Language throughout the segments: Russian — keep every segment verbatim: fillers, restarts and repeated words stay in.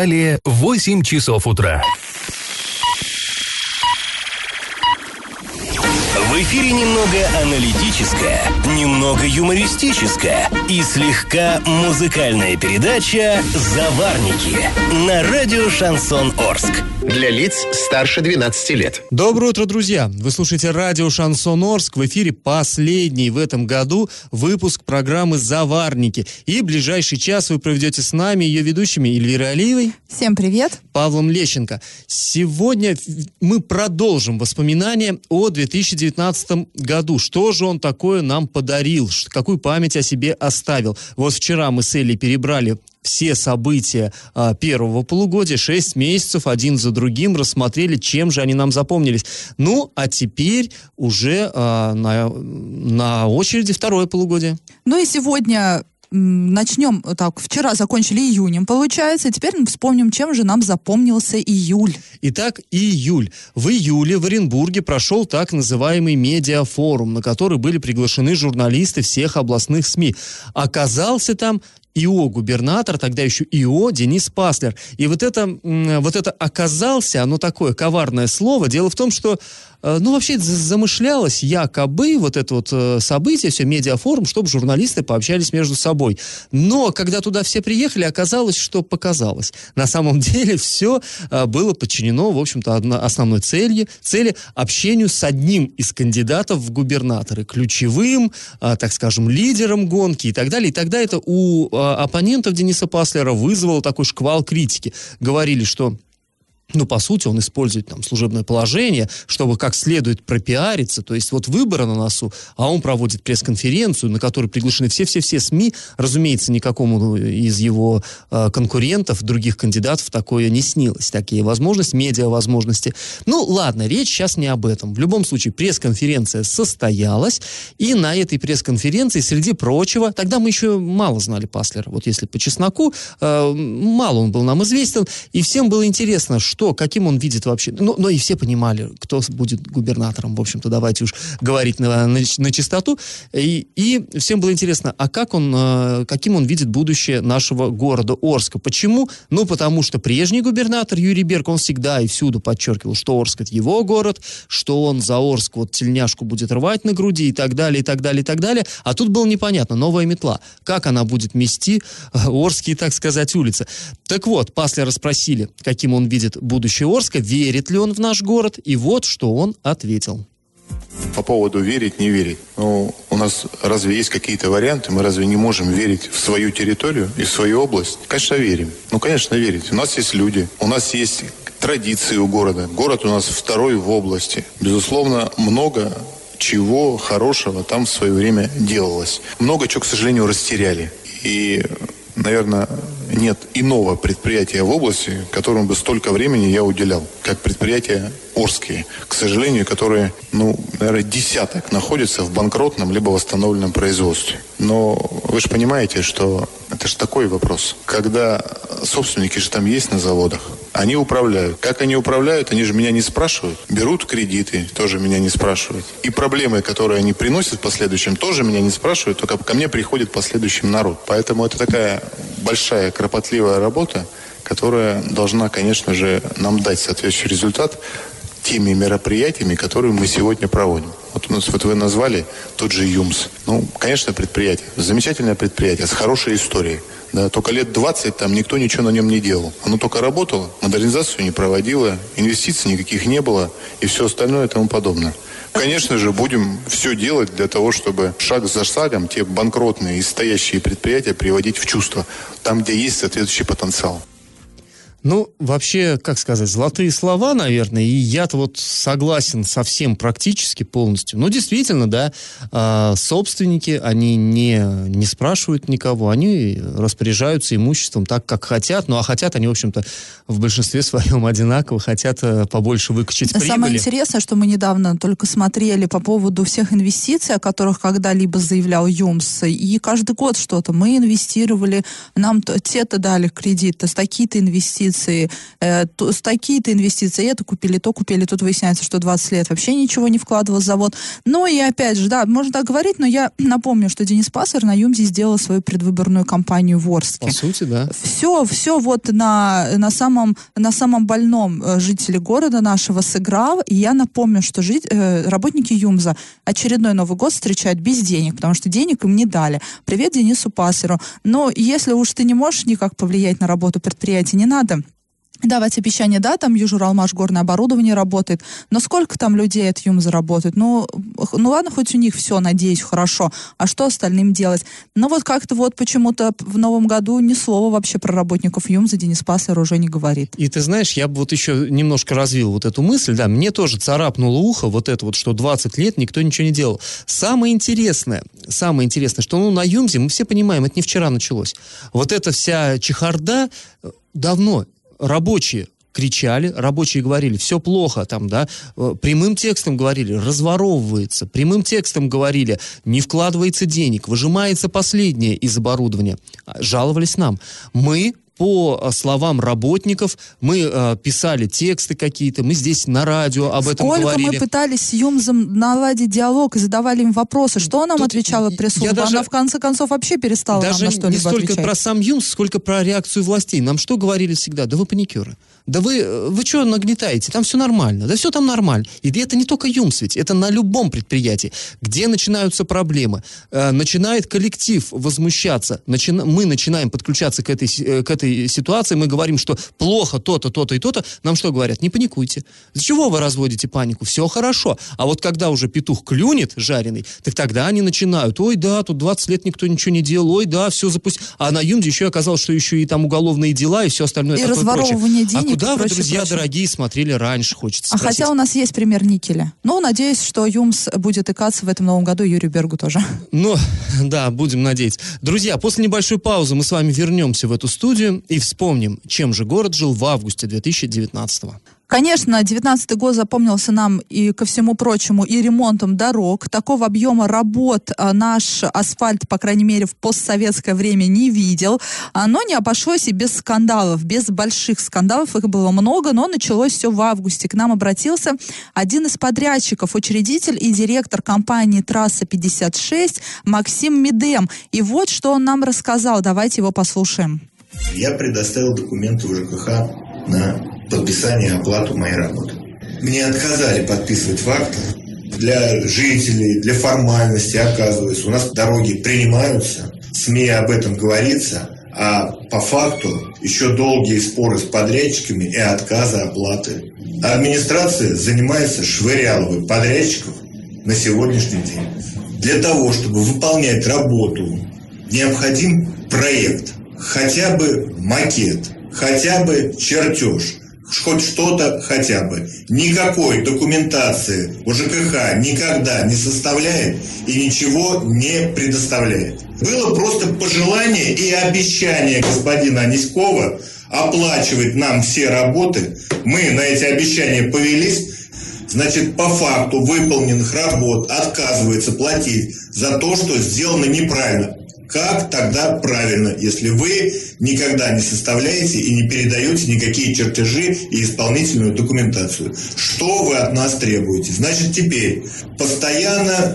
Далее восемь часов утра. В эфире немного аналитическая, немного юмористическая и слегка музыкальная передача «Заварники» на радио «Шансон Орск». Для лиц старше двенадцати лет. Доброе утро, друзья! Вы слушаете радио «Шансон Орск». В эфире последний в этом году выпуск программы «Заварники». И ближайший час вы проведете с нами, ее ведущими Эльвирой Алиевой. Всем привет! Павлом Лещенко. Сегодня мы продолжим воспоминания о две тысячи девятнадцатом году. Что же он такое нам подарил? Какую память о себе оставил? Вот вчера мы с Элей перебрали все события а, первого полугодия, шесть месяцев, один за другим, рассмотрели, чем же они нам запомнились. Ну, а теперь уже а, на, на очереди второе полугодие. Ну и сегодня м, начнем, так, вчера закончили июнем, получается, и теперь мы вспомним, чем же нам запомнился июль. Итак, июль. В июле в Оренбурге прошел так называемый медиафорум, на который были приглашены журналисты всех областных СМИ. Оказался там ИО-губернатор, тогда еще ИО Денис Паслер. И вот это, вот это «оказался», оно такое коварное слово. Дело в том, что, ну, вообще замышлялось якобы вот это вот событие, все, медиафорум, чтобы журналисты пообщались между собой. Но когда туда все приехали, оказалось, что показалось. На самом деле все было подчинено, в общем-то, основной цели, цели общению с одним из кандидатов в губернаторы, ключевым, так скажем, лидером гонки и так далее. И тогда это у оппонентов Дениса Паслера вызвало такой шквал критики. Говорили, что, ну, по сути, он использует там служебное положение, чтобы как следует пропиариться, то есть вот выборы на носу, а он проводит пресс-конференцию, на которой приглашены все-все-все СМИ, разумеется, никакому из его э, конкурентов, других кандидатов такое не снилось, такие возможности, медиа-возможности. Ну, ладно, речь сейчас не об этом. В любом случае, пресс-конференция состоялась, и на этой пресс-конференции, среди прочего, тогда мы еще мало знали Паслера, вот если по чесноку, э, мало он был нам известен, и всем было интересно, что Что, каким он видит вообще. Ну, но и все понимали, кто будет губернатором. В общем-то, давайте уж говорить на, на, на чистоту. И, и всем было интересно, а как он, каким он видит будущее нашего города Орска. Почему? Ну, потому что прежний губернатор Юрий Берг, он всегда и всюду подчеркивал, что Орск — это его город, что он за Орск вот тельняшку будет рвать на груди и так далее, и так далее, и так далее. А тут было непонятно, новая метла. Как она будет мести Орские, так сказать, улицы. Так вот, Паслера спросили, каким он видит будущее Орска, верит ли он в наш город, и вот что он ответил. По поводу верить, не верить. Ну, у нас разве есть какие-то варианты? Мы разве не можем верить в свою территорию и в свою область? Конечно, верим. Ну, конечно, верить. У нас есть люди, у нас есть традиции у города. Город у нас второй в области. Безусловно, много чего хорошего там в свое время делалось. Много чего, к сожалению, растеряли. И, наверное, нет иного предприятия в области, которому бы столько времени я уделял, как предприятия Орские, к сожалению, которые, ну, наверное, десяток находятся в банкротном либо восстановленном производстве. Но вы же понимаете, что это же такой вопрос. Когда собственники же там есть на заводах, они управляют. Как они управляют, они же меня не спрашивают. Берут кредиты, тоже меня не спрашивают. И проблемы, которые они приносят в последующем, тоже меня не спрашивают, только ко мне приходит в последующем народ. Поэтому это такая большая, кропотливая работа, которая должна, конечно же, нам дать соответствующий результат теми мероприятиями, которые мы сегодня проводим. Вот у нас, вот вы назвали тот же ЮМС. Ну, конечно, предприятие. Замечательное предприятие с хорошей историей. Да, только лет двадцать там никто ничего на нем не делал. Оно только работало, модернизацию не проводило, инвестиций никаких не было и все остальное и тому подобное. Конечно же, будем все делать для того, чтобы шаг за шагом те банкротные и стоящие предприятия приводить в чувство, там, где есть соответствующий потенциал. Ну, вообще, как сказать, золотые слова, наверное, и я-то вот согласен со всем практически полностью. Ну, действительно, да, э, собственники, они не, не спрашивают никого, они распоряжаются имуществом так, как хотят, ну, а хотят они, в общем-то, в большинстве своем одинаково, хотят э, побольше выкачать прибыли. Самое интересное, что мы недавно только смотрели по поводу всех инвестиций, о которых когда-либо заявлял ЮМС, и каждый год что-то мы инвестировали, нам те-то дали кредиты, с такие-то инвестиции, инвестиции, э, то, такие-то инвестиции, это купили, то купили, тут выясняется, что двадцать лет вообще ничего не вкладывал в завод. Ну и опять же, да, можно так говорить, но я напомню, что Денис Пассер на ЮМЗе сделал свою предвыборную кампанию в Орске. По сути, да. Все, все вот на, на, самом, на самом больном жители города нашего сыграл. И я напомню, что жить, э, работники ЮМЗа очередной Новый год встречают без денег, потому что денег им не дали. Привет Денису Пассеру. Но если уж ты не можешь никак повлиять на работу предприятия, не надо давать обещания, да, там Южуралмаш горное оборудование работает, но сколько там людей от ЮМЗа работает? Ну, ну ладно, хоть у них все, надеюсь, хорошо, а что остальным делать? Ну вот как-то вот почему-то в новом году ни слова вообще про работников ЮМЗа Денис Пассер уже не говорит. И ты знаешь, я бы вот еще немножко развил вот эту мысль, да, мне тоже царапнуло ухо вот это вот, что двадцать лет никто ничего не делал. Самое интересное, самое интересное, что ну на ЮМЗе, мы все понимаем, это не вчера началось. Вот эта вся чехарда давно. Рабочие кричали, рабочие говорили, все плохо, там, да, прямым текстом говорили, разворовывается, прямым текстом говорили, не вкладывается денег, выжимается последнее из оборудования. Жаловались нам. Мы, по словам работников, мы э, писали тексты какие-то, мы здесь на радио об этом Сколько говорили. мы пытались с ЮМЗом наладить диалог и задавали им вопросы, что нам Тут отвечала пресс-служба? даже, Она в конце концов вообще перестала нам на что-либо даже не столько отвечать. про сам ЮМЗ, сколько про реакцию властей. Нам что говорили всегда? Да вы паникеры. Да вы, вы что нагнетаете? Там все нормально. Да все там нормально. И это не только ЮМЗ ведь, это на любом предприятии. Где начинаются проблемы? Э, начинает коллектив возмущаться. Начи... Мы начинаем подключаться к этой, к этой ситуации. Мы говорим, что плохо то-то, то-то и то-то. Нам что говорят? Не паникуйте. С чего вы разводите панику? Все хорошо. А вот когда уже петух клюнет жареный, так тогда они начинают. Ой, да, тут двадцать лет никто ничего не делал. Ой, да, все запустил. А на ЮМЗе еще оказалось, что еще и там уголовные дела и все остальное. И разворовывание денег. А куда вы, прочее, друзья прочее. дорогие, смотрели раньше, хочется А спросить. хотя у нас есть пример никеля. Ну, надеюсь, что ЮМЗ будет икаться в этом новом году, Юрию Бергу тоже. Ну, да, будем надеяться. Друзья, после небольшой паузы мы с вами вернемся в эту студию и вспомним, чем же город жил в августе две тысячи девятнадцатого. Конечно, девятнадцатый год запомнился нам и, ко всему прочему, и ремонтом дорог. Такого объема работ а, наш асфальт, по крайней мере, в постсоветское время не видел. А, но не обошлось и без скандалов, без больших скандалов. Их было много, но началось все в августе. К нам обратился один из подрядчиков, учредитель и директор компании «Трасса пятьдесят шесть» Максим Медем. И вот что он нам рассказал. Давайте его послушаем. Я предоставил документы в ЖКХ на подписание и оплату моей работы. Мне отказали подписывать факты. Для жителей, для формальности, оказывается, у нас дороги принимаются, СМИ об этом говорится, а по факту еще долгие споры с подрядчиками и отказы оплаты. А администрация занимается швыряловой подрядчиков на сегодняшний день. Для того, чтобы выполнять работу, необходим проект, хотя бы макет, хотя бы чертеж, хоть что-то хотя бы. Никакой документации у ЖКХ никогда не составляет и ничего не предоставляет. Было просто пожелание и обещание господина Аниськова оплачивать нам все работы. Мы на эти обещания повелись. Значит, по факту выполненных работ отказывается платить за то, что сделано неправильно. Как тогда правильно, если вы никогда не составляете и не передаете никакие чертежи и исполнительную документацию? Что вы от нас требуете? Значит, теперь постоянно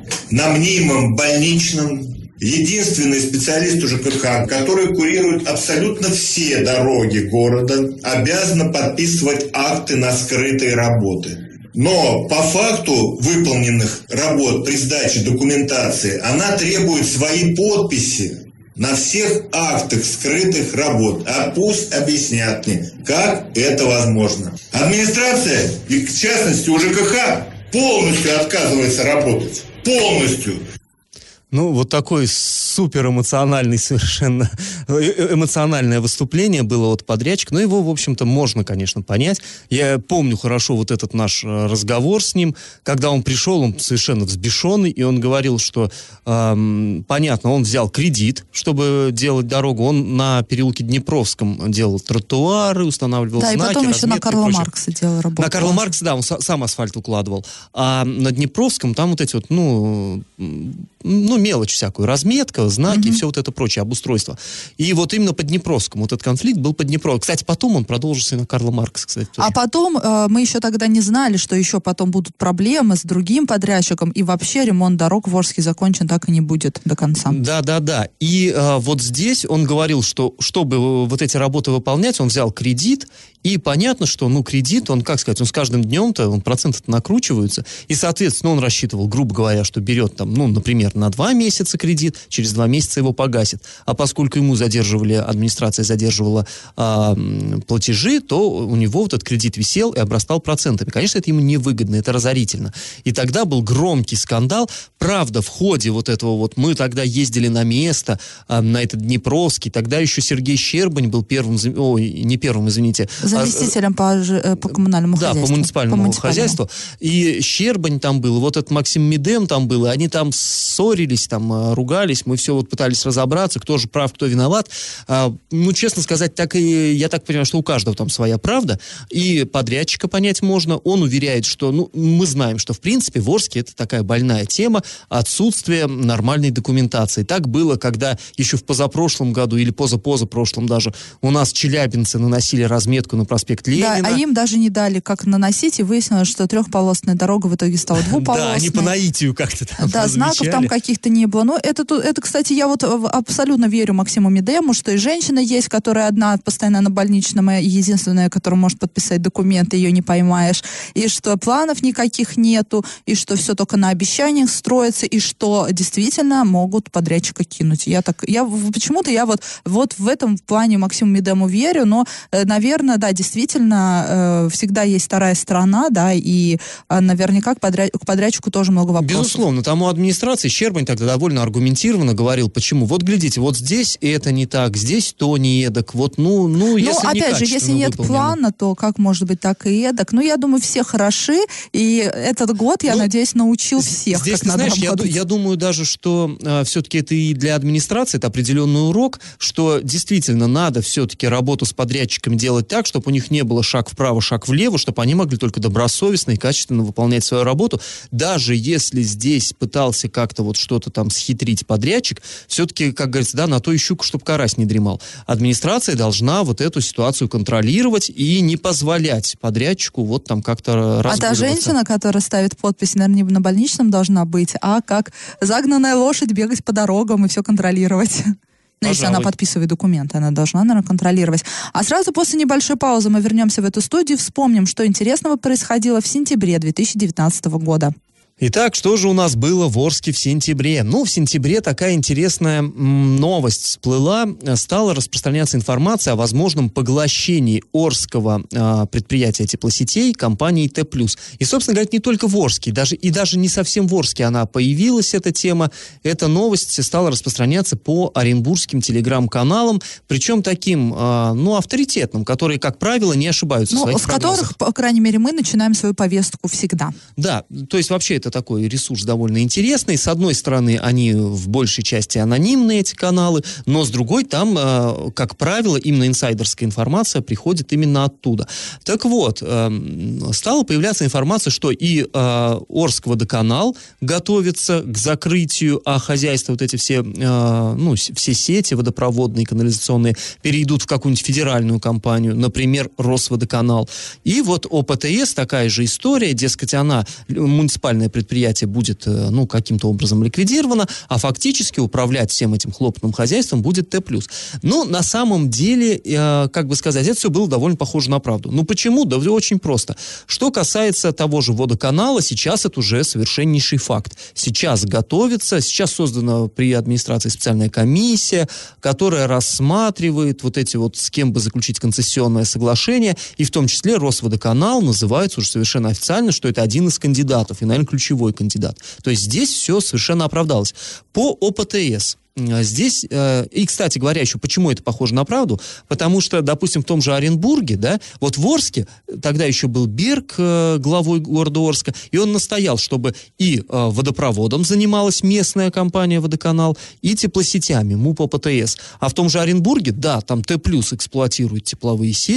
на мнимом больничном единственный специалист у ЖКХ, который курирует абсолютно все дороги города, обязан подписывать акты на скрытые работы. Но по факту выполненных работ при сдаче документации она требует свои подписи на всех актах скрытых работ. А пусть объяснят мне, как это возможно. Администрация, и в частности у ЖКХ, полностью отказывается работать. Полностью. Ну, вот такой суперэмоциональный совершенно, эмоциональное выступление было от подрядчика, но его, в общем-то, можно, конечно, понять. Я помню хорошо вот этот наш разговор с ним, когда он пришел, он совершенно взбешенный, и он говорил, что, эм, понятно, он взял кредит, чтобы делать дорогу, он на переулке Днепровском делал тротуары, устанавливал да, знаки, да, и потом еще на Карла Маркса делал работу. На Карла Маркса, да, он сам асфальт укладывал. А на Днепровском там вот эти вот, ну, ну, мелочь всякую, разметка, знаки Mm-hmm. и все вот это прочее, обустройство. И вот именно по Днепровскому вот этот конфликт был по Днепровскому. Кстати, потом он продолжился и на Карла Маркса, кстати, тоже. А потом э, мы еще тогда не знали, что еще потом будут проблемы с другим подрядчиком, и вообще ремонт дорог в Орске закончен так и не будет до конца. Да, да, да. И э, вот здесь он говорил, что чтобы вот эти работы выполнять, он взял кредит, и понятно, что, ну, кредит, он, как сказать, он с каждым днем-то, он проценты-то накручиваются, и, соответственно, он рассчитывал, грубо говоря, что берет там, ну, например, на два месяца кредит, через два месяца его погасит. А поскольку ему задерживали, администрация задерживала а, платежи, то у него вот этот кредит висел и обрастал процентами. Конечно, это ему невыгодно, это разорительно. И тогда был громкий скандал. Правда, в ходе вот этого вот, мы тогда ездили на место, а, на этот Днепровский, тогда еще Сергей Щербань был первым, ой, не первым, извините, заместителем по, по коммунальному да, хозяйству. по муниципальному, по муниципальному хозяйству. И Щербань там был, вот этот Максим Медем там был, и они там ссорились, там ругались, мы все вот пытались разобраться, кто же прав, кто виноват. А, ну, честно сказать, так и я так понимаю, что у каждого там своя правда, и подрядчика понять можно. Он уверяет, что, ну, мы знаем, что в принципе в Орске это такая больная тема, отсутствие нормальной документации. Так было, когда еще в позапрошлом году или позапозапрошлом даже у нас челябинцы наносили разметку на проспект Ленина. Да, а им даже не дали, как наносить, и выяснилось, что трехполосная дорога в итоге стала двуполосной. Да, они по наитию как-то там Да, знаков там каких-то не было. Но это, это, кстати, я вот абсолютно верю Максиму Медему, что и женщина есть, которая одна постоянно на больничном, и единственная, которая может подписать документы, ее не поймаешь, и что планов никаких нету, и что все только на обещаниях строится, и что действительно могут подрядчика кинуть. Я так, я почему-то я вот, вот в этом плане Максиму Медему верю, но, наверное, да, действительно, э, всегда есть вторая сторона, да, и э, наверняка к, подряд, к подрядчику тоже много вопросов. Безусловно, там у администрации Щербань тогда довольно аргументированно говорил, почему. Вот глядите, вот здесь это не так, здесь то не эдак, вот, ну, ну, если ну, опять же, если нет выполнено. плана, то как может быть так и эдак? Ну, я думаю, все хороши, и этот год, я ну, надеюсь, научил всех, здесь, как ты надо знаешь, я, работать. я думаю даже, что э, все-таки это и для администрации, это определенный урок, что действительно надо все-таки работу с подрядчиками делать так, чтобы у них не было шаг вправо, шаг влево, чтобы они могли только добросовестно и качественно выполнять свою работу. Даже если здесь пытался как-то вот что-то там схитрить подрядчик, все-таки, как говорится, да, на то и щука, чтобы карась не дремал. Администрация должна вот эту ситуацию контролировать и не позволять подрядчику вот там как-то разгуливаться. А та женщина, которая ставит подпись, наверное, не на больничном должна быть, а как загнанная лошадь бегать по дорогам и все контролировать. Ну, если она подписывает документы, она должна, наверное, контролировать. А сразу после небольшой паузы мы вернемся в эту студию, вспомним, что интересного происходило в сентябре две тысячи девятнадцатого года. Итак, что же у нас было в Орске в сентябре? Ну, в сентябре такая интересная м, новость всплыла. Стала распространяться информация о возможном поглощении Орского э, предприятия теплосетей компанией Т+. И, собственно говоря, не только в Орске, даже, и даже не совсем в Орске она появилась, эта тема. Эта новость стала распространяться по оренбургским телеграм-каналам, причем таким, э, ну, авторитетным, которые, как правило, не ошибаются в ну, своих в прогнозах. которых, по крайней мере, мы начинаем свою повестку всегда. Да, то есть вообще это такой ресурс довольно интересный. С одной стороны, они в большей части анонимные, эти каналы, но с другой, там, э, как правило, именно инсайдерская информация приходит именно оттуда. Так вот, э, стала появляться информация, что и э, Орскводоканал готовится к закрытию, а хозяйства, вот эти все, э, ну, все сети водопроводные, канализационные, перейдут в какую-нибудь федеральную компанию, например, Росводоканал. И вот о П Т С такая же история, дескать, она, муниципальное предприятие будет, ну, каким-то образом ликвидировано, а фактически управлять всем этим хлопотным хозяйством будет Т+. Но на самом деле, э, как бы сказать, это все было довольно похоже на правду. Ну, почему? Да очень просто. Что касается того же водоканала, сейчас это уже совершеннейший факт. Сейчас готовится, сейчас создана при администрации специальная комиссия, которая рассматривает вот эти вот, с кем бы заключить концессионное соглашение, и в том числе Росводоканал называется уже совершенно официально, что это один из кандидатов, и, наверное, ключевой кандидат. То есть здесь все совершенно оправдалось. По О П Т С. Здесь, э, и, кстати говоря, еще почему это похоже на правду, потому что, допустим, в том же Оренбурге, да, вот в Орске, тогда еще был Берг э, главой города Орска, и он настоял, чтобы и э, водопроводом занималась местная компания «Водоканал», и теплосетями, МУП О П Т С. А в том же Оренбурге, да, там Т+, эксплуатирует тепловые сети,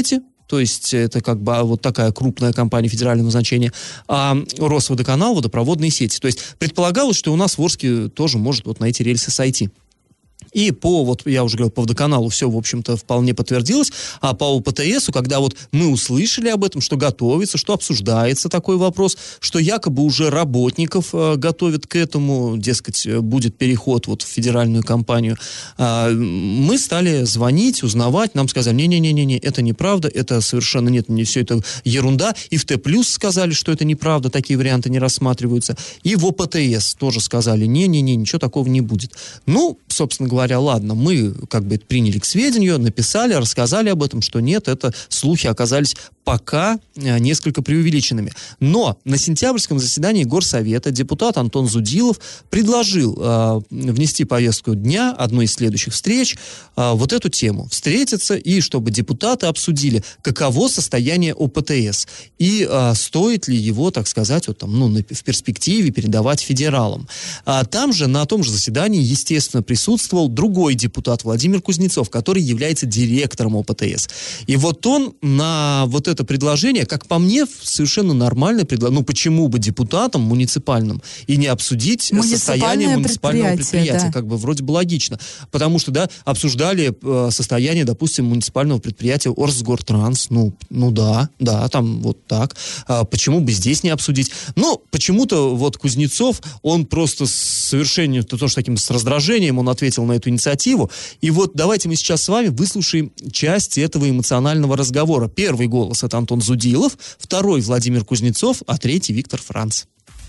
то есть это как бы вот такая крупная компания федерального значения, а Росводоканал — водопроводные сети. То есть предполагалось, что у нас в Орске тоже может вот на эти рельсы сойти. И по, вот я уже говорил, по водоканалу все, в общем-то, вполне подтвердилось, а по ОПТСу, когда вот мы услышали об этом, что готовится, что обсуждается такой вопрос, что якобы уже работников э, готовят к этому, дескать, будет переход вот в федеральную компанию, э, мы стали звонить, узнавать, нам сказали, не-не-не-не, это неправда, это совершенно нет, не все это ерунда, и в Т плюс сказали, что это неправда, такие варианты не рассматриваются, и в ОПТС тоже сказали, не-не-не, ничего такого не будет. Ну, собственно говоря, говоря, ладно, мы как бы это приняли к сведению, написали, рассказали об этом, что нет, это слухи оказались пока несколько преувеличенными. Но на сентябрьском заседании Горсовета депутат Антон Зудилов предложил э, внести повестку дня одной из следующих встреч э, вот эту тему. Встретиться и чтобы депутаты обсудили, каково состояние ОПТС и э, стоит ли его, так сказать, вот там, ну, на, в перспективе передавать федералам. А там же, на том же заседании, естественно, присутствовал другой депутат Владимир Кузнецов, который является директором ОПТС. И вот он на вот это предложение, как по мне, совершенно нормальное предложение. Ну, почему бы депутатам муниципальным и не обсудить состояние муниципального предприятия? Да. Как бы вроде бы логично. Потому что, да, обсуждали э, состояние, допустим, муниципального предприятия Орсгортранс. Ну, ну да, да, там вот так. А почему бы здесь не обсудить? Но почему-то вот Кузнецов, он просто с совершенно, то, что таким с раздражением он ответил на эту инициативу. И вот давайте мы сейчас с вами выслушаем часть этого эмоционального разговора. Первый голос — это Антон Зудилов, второй — Владимир Кузнецов, а третий — Виктор Франц.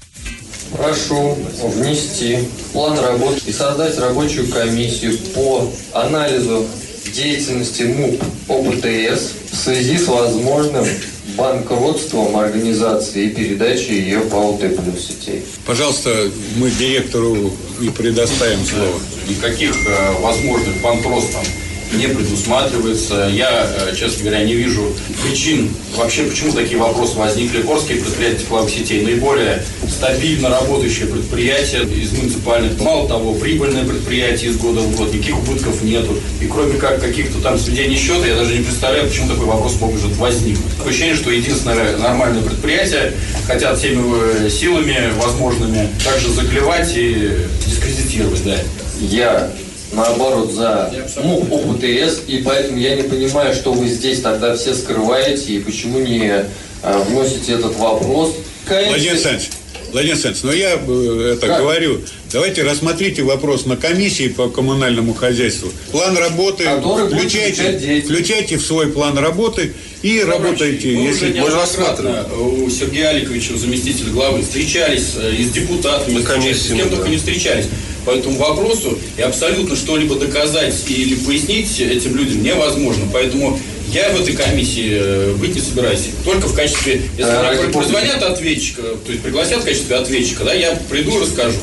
Прошу внести план работы и создать рабочую комиссию по анализу деятельности МУП ОПТС в связи с возможным банкротством организации и передачей ее по ОТ плюс сетей. Пожалуйста, мы директору и предоставим слово. Никаких э, возможных банкротств не предусматривается. Я, честно говоря, не вижу причин вообще, почему такие вопросы возникли. Орские предприятия тепловых сетей наиболее стабильно работающее предприятие из муниципальных. Мало того, прибыльное предприятие из года в год, никаких убытков нету. И кроме как каких-то там сведений счета, я даже не представляю, почему такой вопрос может возникнуть. Такое ощущение, что единственное нормальное предприятие хотят всеми силами возможными также заклевать и дискредитировать. Да. Я наоборот, за МУП ОПТС, и поэтому я не понимаю, что вы здесь тогда все скрываете, и почему не а, вносите этот вопрос. Владимир Александрович, Владимир Александрович, ну я это как? говорю, давайте рассмотрите вопрос на комиссии по коммунальному хозяйству. План работы, включайте, включайте в свой план работы и ну, работайте. Мы если уже неоднократно у Сергея Аликовича, заместителя главы, встречались и с депутатами, встречались, с кем только не встречались по этому вопросу, и абсолютно что-либо доказать или пояснить этим людям невозможно. Поэтому я в этой комиссии быть не собираюсь. Только в качестве, если а, они позвонят ответчика, то есть пригласят в качестве ответчика, да, я приду и расскажу.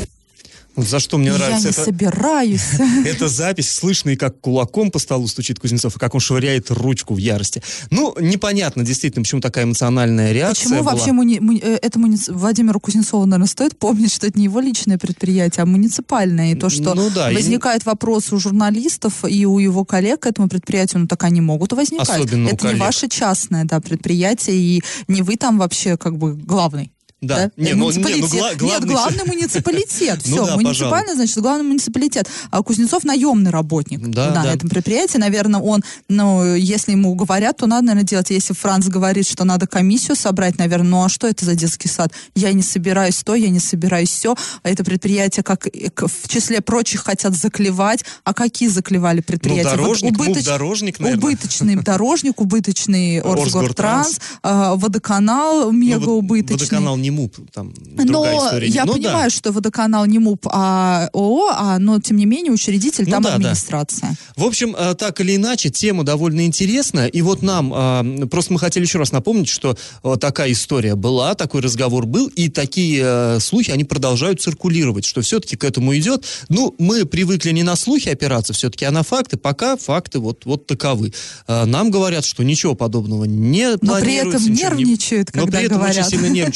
За что мне нравится Я это... не собираюсь. Эта запись, слышно, и как кулаком по столу стучит Кузнецов, и как он швыряет ручку в ярости. Ну, непонятно, действительно, почему такая эмоциональная реакция Почему была. вообще муни... Муни... это муни... Владимиру Кузнецову, наверное, стоит помнить, что это не его личное предприятие, а муниципальное. И то, что ну, да, возникает и... вопрос у журналистов и у его коллег к этому предприятию, ну, так они могут возникать. Особенно это у коллег. Не ваше частное, да, предприятие, и не вы там вообще как бы главный. Да, да? Не, ну, не, ну, гла- главный... Нет, главный муниципалитет. Все, ну, да, муниципально, пожалуй. значит, главный муниципалитет. А Кузнецов наемный работник да, да, да. на этом предприятии. Наверное, он, ну, если ему говорят, то надо, наверное, делать. Если Франц говорит, что надо комиссию собрать, наверное, ну а что это за детский сад? Я не собираюсь то, я не собираюсь все. А это предприятие, как в числе прочих, хотят заклевать. А какие заклевали предприятия? Ну, дорожник, вот, убыточ... дорожник, наверное. Убыточный дорожник, убыточный Орсгортранс, водоканал мегаубыточный. Водоканал не МУП, там но история. я ну, понимаю, да. что водоканал не МУП, а ООО, а, но тем не менее учредитель, ну, там да, администрация. Да. В общем, так или иначе, тема довольно интересная. И вот нам, просто мы хотели еще раз напомнить, что такая история была, такой разговор был, и такие слухи, они продолжают циркулировать, что все-таки к этому идет. Ну, мы привыкли не на слухи опираться все-таки, а на факты. Пока факты вот, вот таковы. Нам говорят, что ничего подобного не но планируется. Но при этом нервничают, не... когда говорят. Но при этом говорят. очень сильно нервничают.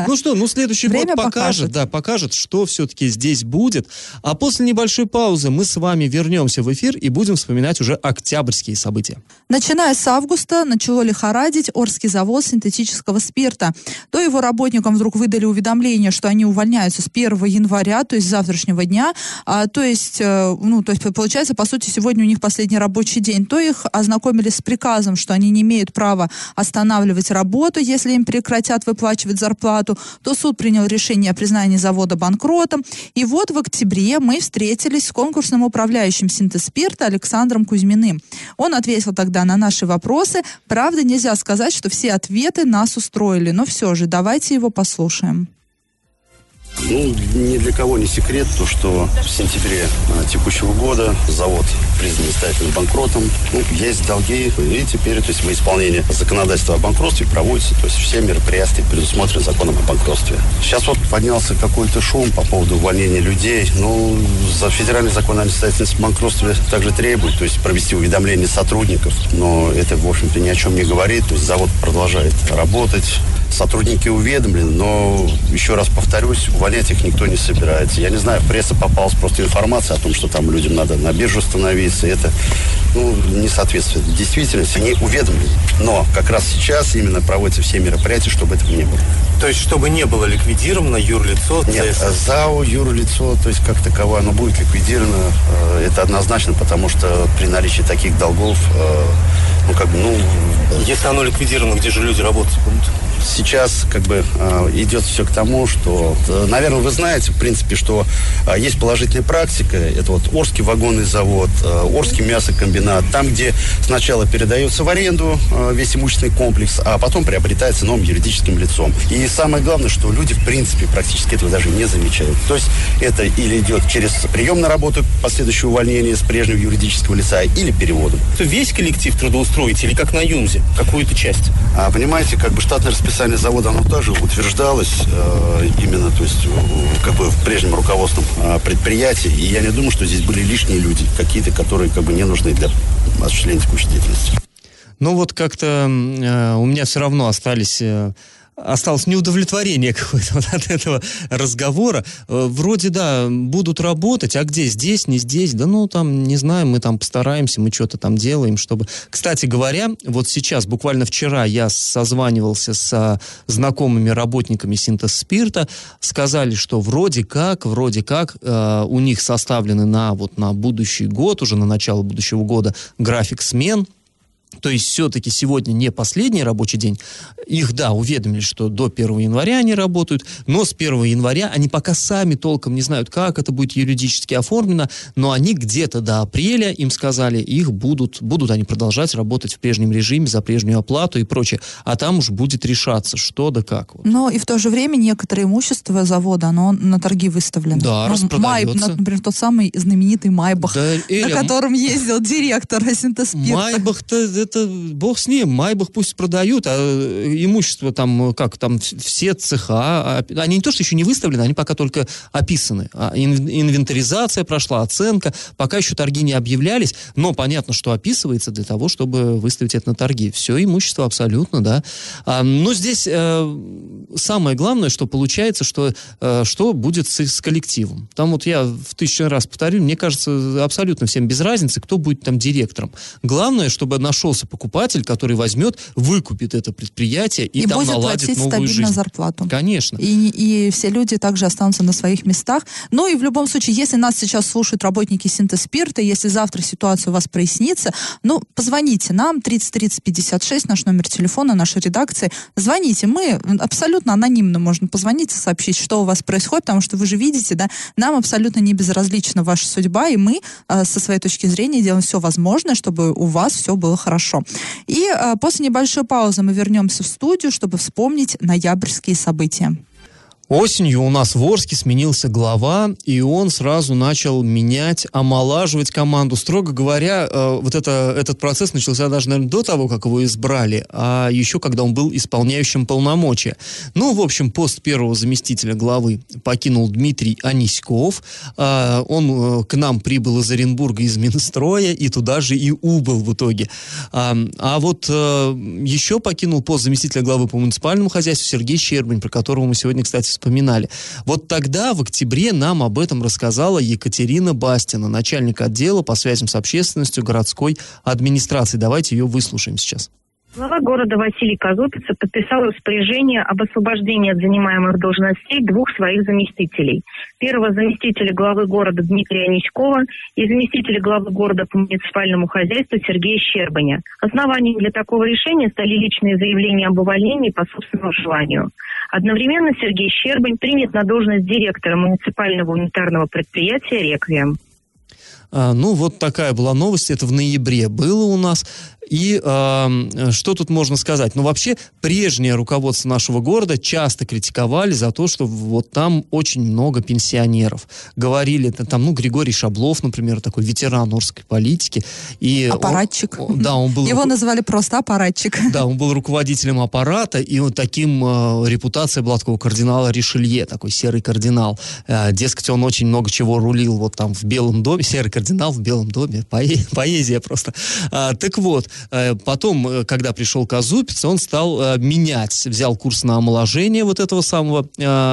Ну что, ну следующий Время год покажет, покажет. да, покажет, что все-таки здесь будет. А после небольшой паузы мы с вами вернемся в эфир и будем вспоминать уже октябрьские события. Начиная с августа начало лихорадить Орский завод синтетического спирта. То его работникам вдруг выдали уведомление, что они увольняются с первого января, то есть с завтрашнего дня. А, то есть, э, ну, то есть, получается, по сути, сегодня у них последний рабочий день. То их ознакомили с приказом, что они не имеют права останавливать работу, если им прекратят выплачивать зарплату. То суд принял решение о признании завода банкротом. И вот в октябре мы встретились с конкурсным управляющим Синтеспирта Александром Кузьминым. Он ответил тогда на наши вопросы. Правда, нельзя сказать, что все ответы нас устроили, но все же давайте его послушаем. Ну, ни для кого не секрет то, что в сентябре а, текущего года завод признан настоятельным банкротом. Ну, есть долги, и теперь, то есть, во исполнении законодательства о банкротстве проводятся, то есть, все мероприятия предусмотрены законом о банкротстве. Сейчас вот поднялся какой-то шум по поводу увольнения людей. Ну, за федеральный закон о несостоятельности в банкротстве также требует, то есть, провести уведомление сотрудников, но это, в общем-то, ни о чем не говорит, то есть, завод продолжает работать. Сотрудники уведомлены, но, еще раз повторюсь, увольнять их никто не собирается. Я не знаю, в прессу попалась просто информация о том, что там людям надо на биржу становиться. Это, ну, не соответствует действительности. Они уведомлены. Но как раз сейчас именно проводятся все мероприятия, чтобы этого не было. То есть, чтобы не было ликвидировано юрлицо? Нет, ЗАО, юрлицо, то есть, как таковое, оно будет ликвидировано. Это однозначно, потому что при наличии таких долгов, ну, как бы, ну... Если оно ликвидировано, где же люди работать будут? Сейчас как бы э, идет все к тому, что, э, наверное, вы знаете, в принципе, что э, есть положительная практика. Это вот Орский вагонный завод, э, Орский мясокомбинат. Там, где сначала передается в аренду э, весь имущественный комплекс, а потом приобретается новым юридическим лицом. И самое главное, что люди, в принципе, практически этого даже не замечают. То есть это или идет через прием на работу, последующее увольнение с прежнего юридического лица, или переводом. Весь коллектив трудоустроить или как на ЮМЗе? Какую-то часть? А, понимаете, как бы штатное расписание завода, оно тоже утверждалось э, именно, то есть, э, как бы в прежнем руководством э, предприятия. И я не думаю, что здесь были лишние люди, какие-то, которые как бы не нужны для осуществления текущей деятельности. Ну вот как-то э, у меня все равно остались... Э, Осталось неудовлетворение какое-то вот от этого разговора. Вроде, да, будут работать, а где? Здесь, не здесь? Да ну, там, не знаю, мы там постараемся, мы что-то там делаем, чтобы... Кстати говоря, вот сейчас, буквально вчера я созванивался с знакомыми работниками Синтеспирта, сказали, что вроде как, вроде как э, у них составлены на, вот, на будущий год, уже на начало будущего года график смен. То есть все-таки сегодня не последний рабочий день. Их, да, уведомили, что до первого января они работают, но с первого января они пока сами толком не знают, как это будет юридически оформлено, но они где-то до апреля, им сказали, их будут, будут они продолжать работать в прежнем режиме за прежнюю оплату и прочее. А там уж будет решаться, что да как. Вот. Но и в то же время некоторое имущество завода, оно на торги выставлено. Да, ну, распродается. Майб, например, тот самый знаменитый Майбах, да, Эля, на котором ездил директор Синтеспирта. Майбах-то это бог с ним, Майбах пусть продают, а имущество там, как там, все цеха, они не то, что еще не выставлены, они пока только описаны. Инвентаризация прошла, оценка, пока еще торги не объявлялись, но понятно, что описывается для того, чтобы выставить это на торги. Все имущество абсолютно, да. Но здесь э, самое главное, что получается, что, э, что будет с, с коллективом. Там вот я в тысячу раз повторю, мне кажется, абсолютно всем без разницы, кто будет там директором. Главное, чтобы нашелся покупатель, который возьмет, выкупит это предприятие и, и там наладит новую жизнь. И будет платить стабильно зарплату. Конечно. И, и все люди также останутся на своих местах. Ну и в любом случае, если нас сейчас слушают работники Синтеспирта, если завтра ситуация у вас прояснится, ну, позвоните нам, тридцать тридцать пятьдесят шесть, наш номер телефона, нашей редакции. Звоните, мы абсолютно анонимно можно позвонить и сообщить, что у вас происходит, потому что вы же видите, да, нам абсолютно не безразлична ваша судьба, и мы э, со своей точки зрения делаем все возможное, чтобы у вас все было хорошо. И э, после небольшой паузы мы вернемся в студию, чтобы вспомнить ноябрьские события. Осенью у нас в Орске сменился глава, и он сразу начал менять, омолаживать команду. Строго говоря, э, вот это, этот процесс начался даже, наверное, до того, как его избрали, а еще когда он был исполняющим полномочия. Ну, в общем, пост первого заместителя главы покинул Дмитрий Аниськов. Э, он э, к нам прибыл из Оренбурга, из Минстроя, и туда же и убыл в итоге. А, а вот э, еще покинул пост заместителя главы по муниципальному хозяйству Сергей Щербань, про которого мы сегодня, кстати, вспоминали. Вот тогда, в октябре, нам об этом рассказала Екатерина Бастина, начальник отдела по связям с общественностью городской администрации. Давайте ее выслушаем сейчас. Глава города Василий Казупица подписал распоряжение об освобождении от занимаемых должностей двух своих заместителей. Первого заместителя главы города Дмитрия Аниськова и заместителя главы города по муниципальному хозяйству Сергея Щербаня. Основанием для такого решения стали личные заявления об увольнении по собственному желанию. Одновременно Сергей Щербань принят на должность директора муниципального унитарного предприятия «Реквием». А, ну, вот такая была новость. Это в ноябре было у нас. И э, что тут можно сказать? Ну, вообще, прежнее руководство нашего города часто критиковали за то, что вот там очень много пенсионеров. Говорили, там, ну, Григорий Шаблов, например, такой ветеран орской политики. И аппаратчик. Он, да, он был... Его называли просто аппаратчик. Да, он был руководителем аппарата, и вот таким э, репутация была такого кардинала Ришелье, такой серый кардинал. Э, дескать, он очень много чего рулил вот там в Белом доме. Серый кардинал в Белом доме. Поэ- поэзия просто. А, так вот, потом, когда пришел Казупиц, он стал менять, взял курс на омоложение вот этого самого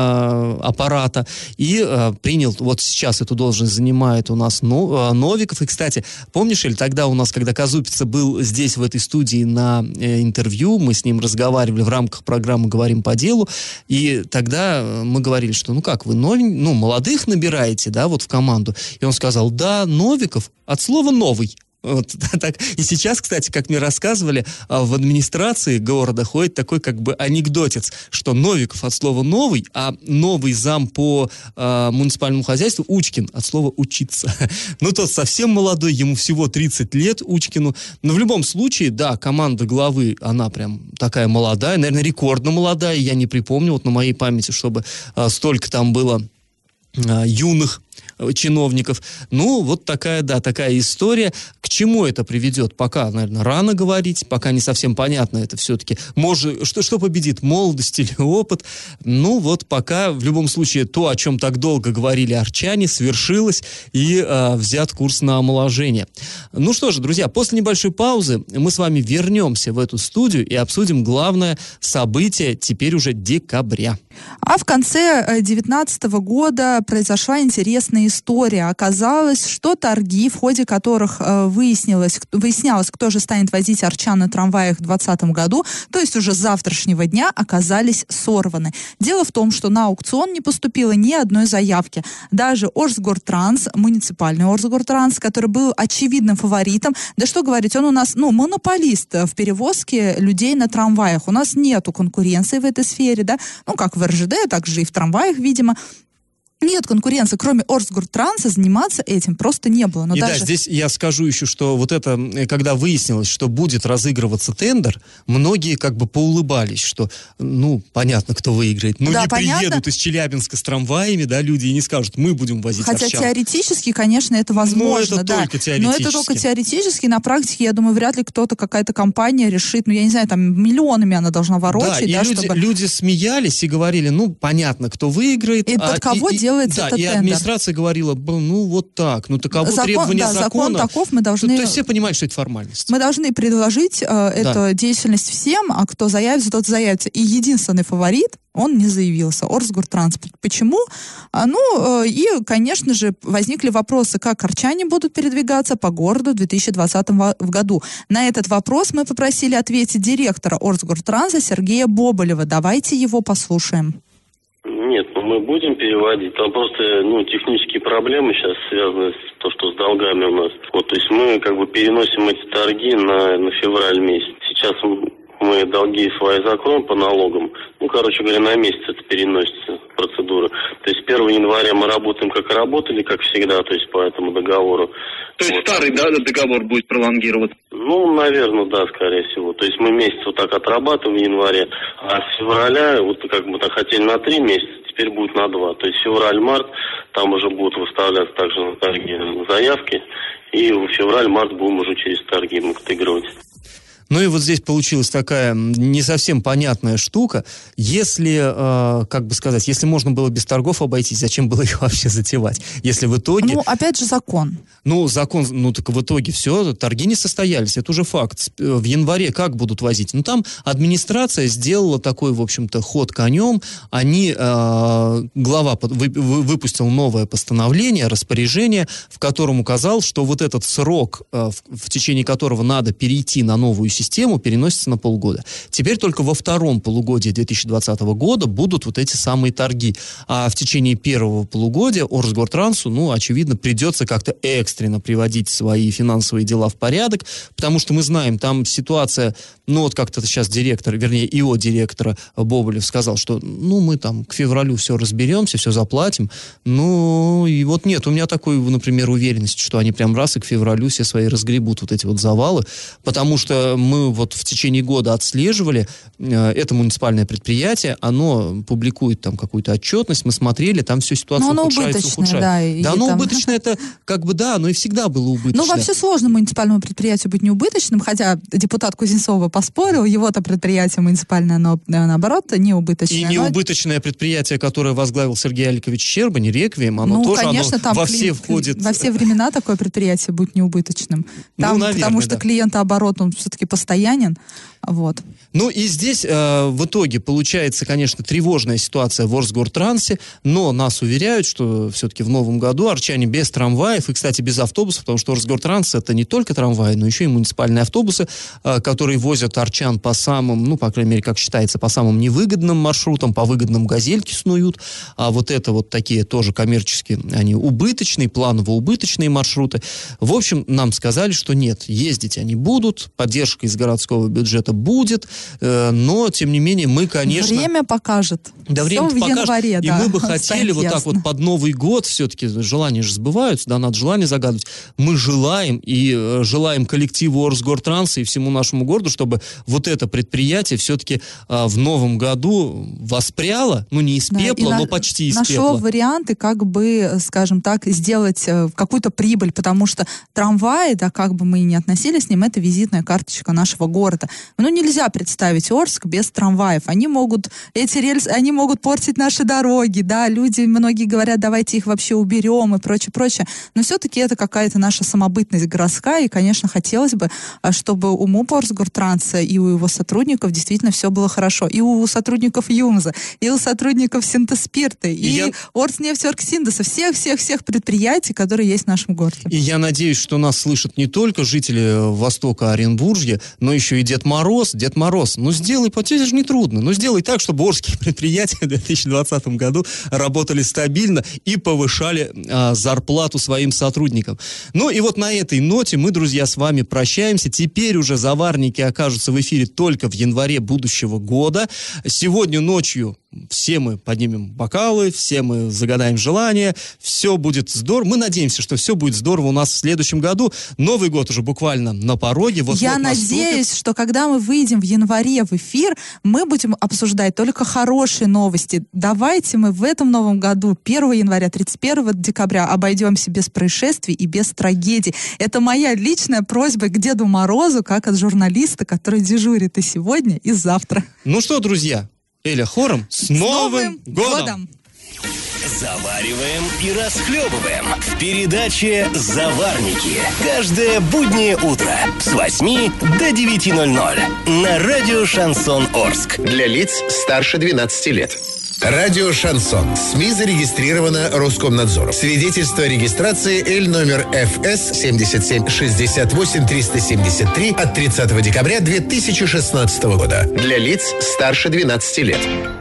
э, аппарата и э, принял, вот сейчас эту должность занимает у нас Новиков. И, кстати, помнишь, или тогда у нас, когда Казупица был здесь, в этой студии на э, интервью, мы с ним разговаривали в рамках программы «Говорим по делу», и тогда мы говорили, что, ну как, вы новень, ну, молодых набираете, да, вот в команду. И он сказал, да, Новиков от слова «новый». Вот, так. И сейчас, кстати, как мне рассказывали, в администрации города ходит такой как бы анекдотец, что Новиков от слова «новый», а новый зам по э, муниципальному хозяйству Учкин от слова «учиться». Ну, тот совсем молодой, ему всего тридцать лет, Учкину. Но в любом случае, да, команда главы, она прям такая молодая, наверное, рекордно молодая. Я не припомню вот на моей памяти, чтобы э, столько там было э, юных чиновников. Ну, вот такая, да, такая история. К чему это приведет? Пока, наверное, рано говорить, пока не совсем понятно это все-таки. Может, что, что победит, молодость или опыт? Ну, вот пока, в любом случае, то, о чем так долго говорили арчане, свершилось и э, взят курс на омоложение. Ну что же, друзья, после небольшой паузы мы с вами вернемся в эту студию и обсудим главное событие теперь уже декабря. А в конце девятнадцатого года произошла интересная история. Оказалось, что торги, в ходе которых э, выяснилось, выяснялось, кто же станет возить арчан на трамваях в двадцатом году, то есть уже с завтрашнего дня, оказались сорваны. Дело в том, что на аукцион не поступило ни одной заявки. Даже Орсгортранс, муниципальный Орсгортранс, который был очевидным фаворитом, да что говорить, он у нас, ну, монополист в перевозке людей на трамваях. У нас нету конкуренции в этой сфере, да, ну, как в эр жэ дэ, так же и в трамваях, видимо. Нет конкуренции, кроме Орсгортранса, заниматься этим просто не было. Но и даже... да, здесь я скажу еще, что вот это, когда выяснилось, что будет разыгрываться тендер, многие как бы поулыбались, что, ну, понятно, кто выиграет. Ну, да, не понятно. Приедут из Челябинска с трамваями, да, люди, и не скажут, мы будем возить Хотя арчан. Теоретически, конечно, это возможно. Но это да. только теоретически. Но это только теоретически. На практике, я думаю, вряд ли кто-то, какая-то компания решит, ну, я не знаю, там, миллионами она должна ворочать. Да, и да, люди, чтобы... люди смеялись и говорили, ну, понятно, кто выиграет. И а, под кого и, делается да, этот и тендер? Администрация говорила, ну, вот так, ну, таково закон, требование да, закона. Закон таков, мы должны... То, то есть все понимают, что это формальность. Мы должны предложить э, да. эту деятельность всем, а кто заявится, тот заявится. И единственный фаворит, он не заявился, Орсгортранспорт. Почему? А, ну, э, и, конечно же, возникли вопросы, как арчане будут передвигаться по городу в две тысячи двадцатом году. На этот вопрос мы попросили ответить директора Орсгортранса Сергея Боболева. Давайте его послушаем. Нет, ну мы будем переводить. Там просто, ну, технические проблемы сейчас связаны с то, что с долгами у нас. Вот, то есть мы как бы переносим эти торги на, на февраль месяц. Сейчас мы долги свои закроем по налогам. Ну, короче говоря, на месяц это переносится процедура. То есть первого января мы работаем, как и работали, как всегда, то есть по этому договору. То есть вот. Старый, да, договор будет пролонгироваться? Ну, наверное, да, скорее всего. То есть мы месяц вот так отрабатываем в январе, а с февраля вот как бы так хотели на три месяца, теперь будет на два. То есть февраль-март, там уже будут выставляться также на торги заявки, и в февраль-март будем уже через торги отыгрывать. Ну и вот здесь получилась такая не совсем понятная штука. Если, э, как бы сказать, если можно было без торгов обойтись, зачем было их вообще затевать? Если в итоге... Ну, опять же, закон. Ну, закон, ну так в итоге все, торги не состоялись, это уже факт. В январе как будут возить? Ну, там администрация сделала такой, в общем-то, ход конем. Они, э, глава вы, вы, выпустил новое постановление, распоряжение, в котором указал, что вот этот срок, э, в, в течение которого надо перейти на новую систему, переносится на полгода. Теперь только во втором полугодии две тысячи двадцатого года будут вот эти самые торги. А в течение первого полугодия Орсгортрансу, ну, очевидно, придется как-то экстренно приводить свои финансовые дела в порядок, потому что мы знаем, там ситуация, ну, вот как-то сейчас директор, вернее, ИО директора Боболев сказал, что, ну, мы там к февралю все разберемся, все заплатим. Ну, и вот нет у меня такой, например, уверенности, что они прям раз и к февралю все свои разгребут вот эти вот завалы, потому что мы вот в течение года отслеживали э, это муниципальное предприятие, оно публикует там какую-то отчетность, мы смотрели, там все ситуация ухудшается, ухудшается. Да, да оно там... убыточное, это как бы да, оно и всегда было убыточное. Ну, вообще сложно муниципальному предприятию быть неубыточным, хотя депутат Кузнецова поспорил, его-то предприятие муниципальное, оно наоборот не убыточное. И неубыточное но... предприятие, которое возглавил Сергей Аликович Щербань, Реквием, оно ну, тоже конечно, оно там во кли... все входит... Во все времена такое предприятие будет неубыточным. Там, ну, наверное, потому что да. клиентооборот, он все-таки постоянен. Вот. Ну и здесь э, в итоге получается, конечно, тревожная ситуация в Орсгортрансе, но нас уверяют, что все-таки в новом году арчане без трамваев и, кстати, без автобусов, потому что Орсгортранс это не только трамваи, но еще и муниципальные автобусы, э, которые возят арчан по самым, ну, по крайней мере, как считается, по самым невыгодным маршрутам, по выгодным газельке снуют, а вот это вот такие тоже коммерческие, они убыточные, планово-убыточные маршруты. В общем, нам сказали, что нет, ездить они будут, поддержка из городского бюджета будет, э, но, тем не менее, мы, конечно... Время покажет. Да, время покажет. Январе, и да, мы бы хотели вот ясно. Так вот под Новый год, все-таки желания же сбываются, да, надо желание загадывать. Мы желаем и э, желаем коллективу Орсгортранса и всему нашему городу, чтобы вот это предприятие все-таки э, в новом году воспряло, ну, не из да, пепла, но на, почти из пепла. Нашел варианты, как бы, скажем так, сделать э, какую-то прибыль, потому что трамваи, да, как бы мы и не относились к ним, это визитная карточка нашего города. Ну, нельзя представить Орск без трамваев. Они могут, эти рельсы, они могут портить наши дороги, да, люди, многие говорят, давайте их вообще уберем и прочее, прочее. Но все-таки это какая-то наша самобытность городская, и, конечно, хотелось бы, чтобы у МУП Орсгортранса и у его сотрудников действительно все было хорошо. И у сотрудников ЮМЗа, и у сотрудников Синтеспирта, и, и я... Орснефть-Оргсиндеса, всех-всех-всех предприятий, которые есть в нашем городе. И я надеюсь, что нас слышат не только жители Востока Оренбуржья, но еще и Дед Мороз. Дед Мороз, ну сделай, это же не трудно, ну сделай так, чтобы орские предприятия в две тысячи двадцатом году работали стабильно и повышали а, зарплату своим сотрудникам. Ну и вот на этой ноте мы, друзья, с вами прощаемся. Теперь уже заварники окажутся в эфире только в январе будущего года. Сегодня ночью все мы поднимем бокалы, все мы загадаем желания, все будет здорово. Мы надеемся, что все будет здорово у нас в следующем году. Новый год уже буквально на пороге. Вот Я надеюсь, что когда мы выйдем в январе в эфир, мы будем обсуждать только хорошие новости. Давайте мы в этом новом году, первого января, тридцать первого декабря, обойдемся без происшествий и без трагедий. Это моя личная просьба к Деду Морозу, как от журналиста, который дежурит и сегодня, и завтра. Ну что, друзья, Эля хором, с, с Новым, Новым годом! годом! Завариваем и расхлебываем в передаче «Заварники». Каждое буднее утро с восьми до девяти ноль-ноль на радио «Шансон Орск». Для лиц старше двенадцати лет. Радио «Шансон». СМИ зарегистрировано Роскомнадзором. Свидетельство о регистрации Л номер Ф С семьдесят семь шестьдесят восемь триста семьдесят три от тридцатого декабря две тысячи шестнадцатого года. Для лиц старше двенадцати лет.